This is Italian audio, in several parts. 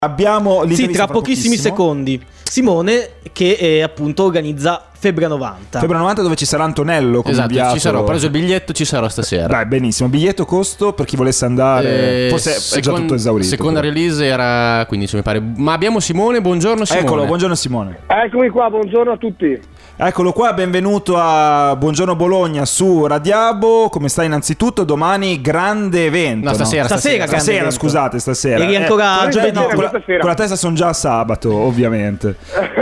Abbiamo Sì, tra pochissimi secondi. Simone che appunto organizza Febbre 90. Febbre 90 dove ci sarà Antonello come esatto, inviato. ci sarò, ho preso il biglietto, ci sarò stasera. Dai, benissimo. Biglietto costo per chi volesse andare. Forse è già tutto esaurito. Seconda release era 15 mi pare. Ma abbiamo Simone, buongiorno Simone. Eccolo, buongiorno Simone. Eccomi qua, buongiorno a tutti. Eccolo qua, benvenuto a Buongiorno Bologna su Radiabo. Come sta innanzitutto? Domani grande evento. No, stasera, scusate, stasera. Eri ancora giovedì. Con la testa sono già a sabato, ovviamente.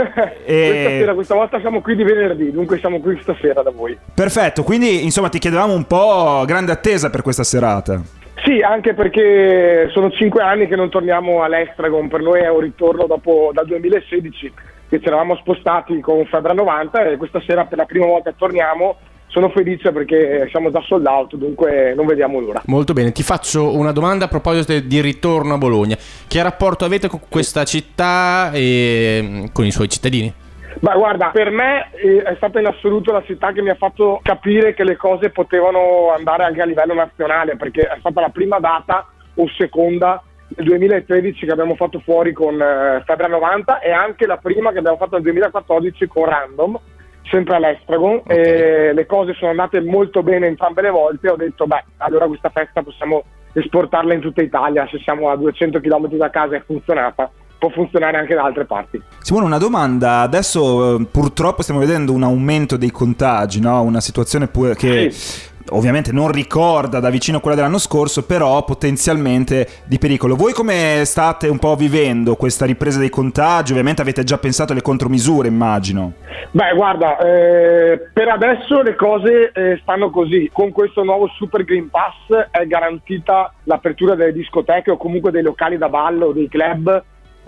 Questa volta siamo qui di venerdì, dunque siamo qui stasera da voi. Perfetto, quindi insomma ti chiedevamo un po' grande attesa per questa serata. Sì, anche perché sono 5 anni che non torniamo all'Estragon, per noi è un ritorno dal 2016 che ci eravamo spostati con Febbre 90 e questa sera per la prima volta torniamo. Sono felice perché siamo già sold out, dunque non vediamo l'ora. Molto bene, ti faccio una domanda a proposito di ritorno a Bologna. Che rapporto avete con questa città e con i suoi cittadini? Beh, guarda, per me è stata in assoluto la città che mi ha fatto capire che le cose potevano andare anche a livello nazionale, perché è stata la prima data o seconda nel 2013 che abbiamo fatto fuori con Febbre 90 e anche la prima che abbiamo fatto nel 2014 con Random, sempre all'Estragon. Okay. E le cose sono andate molto bene entrambe le volte. Ho detto, beh, allora questa festa possiamo esportarla in tutta Italia, se siamo a 200 km da casa è funzionata, può funzionare anche da altre parti. Simone, una domanda. Adesso purtroppo stiamo vedendo un aumento dei contagi, no? Una situazione che ovviamente non ricorda da vicino quella dell'anno scorso, però potenzialmente di pericolo. Voi come state un po' vivendo questa ripresa dei contagi? Ovviamente avete già pensato alle contromisure, immagino. Beh, guarda, per adesso le cose stanno così. Con questo nuovo Super Green Pass è garantita l'apertura delle discoteche o comunque dei locali da ballo o dei club,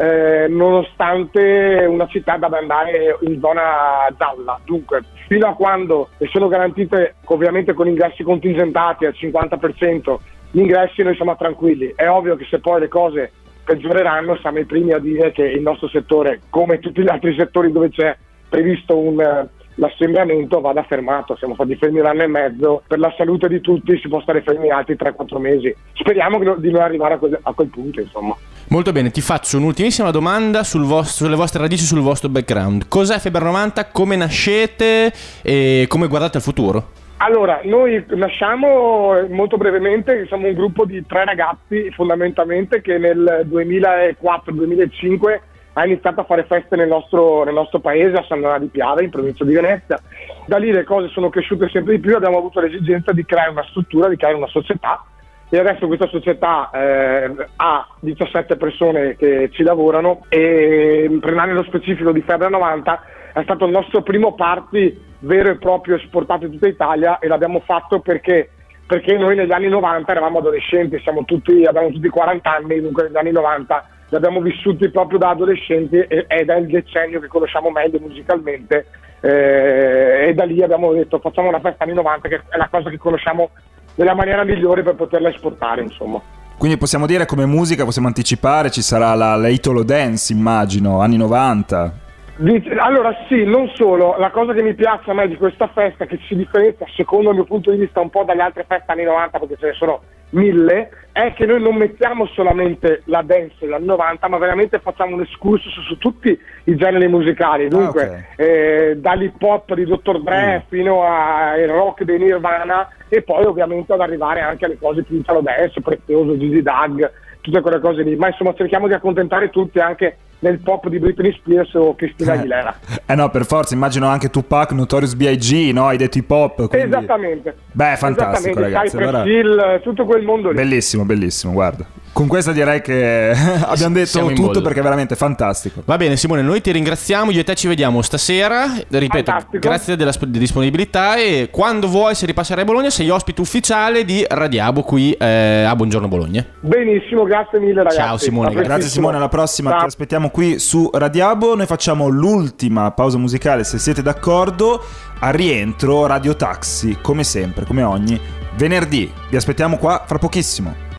nonostante una città debba andare in zona gialla. Dunque, fino a quando sono garantite, ovviamente con ingressi contingentati al 50%, gli ingressi, noi siamo tranquilli. È ovvio che se poi le cose peggioreranno siamo i primi a dire che il nostro settore, come tutti gli altri settori dove c'è previsto l'assembramento, vada fermato. Siamo stati fermi un anno e mezzo, per la salute di tutti si può stare fermi altri 3-4 mesi. Speriamo di non arrivare a quel punto, insomma. Molto bene, ti faccio un'ultimissima domanda sulle vostre radici, sul vostro background. Cos'è Febbre 90? Come nascete e come guardate al futuro? Allora, noi nasciamo molto brevemente, siamo un gruppo di 3 ragazzi fondamentalmente che nel 2004-2005 ha iniziato a fare feste nel nostro paese, a San Donà di Piave, in provincia di Venezia. Da lì le cose sono cresciute sempre di più, abbiamo avuto l'esigenza di creare una struttura, di creare una società, e adesso questa società ha 17 persone che ci lavorano, e per andare nello specifico di Febbre 90 è stato il nostro primo party vero e proprio esportato in tutta Italia, e l'abbiamo fatto perché noi negli anni 90 eravamo adolescenti, abbiamo tutti 40 anni, dunque negli anni 90 li abbiamo vissuti proprio da adolescenti ed è il decennio che conosciamo meglio musicalmente, e da lì abbiamo detto facciamo una festa anni 90 che è la cosa che conosciamo nella maniera migliore per poterla esportare, insomma. Quindi possiamo dire, come musica possiamo anticipare, ci sarà la Italo Dance, immagino, anni 90. Allora sì, non solo, la cosa che mi piace a me di questa festa, che ci differenzia secondo il mio punto di vista un po' dalle altre feste anni 90, perché ce ne sono 1000, è che noi non mettiamo solamente la dance degli anni 90, ma veramente facciamo un excursus su tutti i generi musicali. Dunque dall'hip hop di Dr. Dre fino al rock dei Nirvana, e poi ovviamente ad arrivare anche alle cose più Italo Dance, Prezioso, Gigi Doug, tutte quelle cose lì. Ma insomma cerchiamo di accontentare tutti anche nel pop di Britney Spears o Christina Aguilera. No, per forza, immagino anche Tupac, Notorious B.I.G., no? Hai detto hip hop. Quindi... Esattamente. Beh, fantastico, ragazzi. Cypress Hill, tutto quel mondo lì. Bellissimo, bellissimo, guarda. Con questa direi che abbiamo detto tutto, perché è veramente fantastico. Va bene Simone, noi ti ringraziamo, io e te ci vediamo stasera, ripeto, fantastico. Grazie della disponibilità, e quando vuoi, se ripasserai a Bologna, sei ospite ufficiale di Radiabo qui a Buongiorno Bologna. Benissimo, grazie mille ragazzi. Ciao Simone. Grazie Simone, alla prossima. Ciao. Ti aspettiamo qui su Radiabo. Noi facciamo l'ultima pausa musicale, se siete d'accordo. Al rientro Radio Taxi, come sempre, come ogni venerdì. Vi aspettiamo qua fra pochissimo.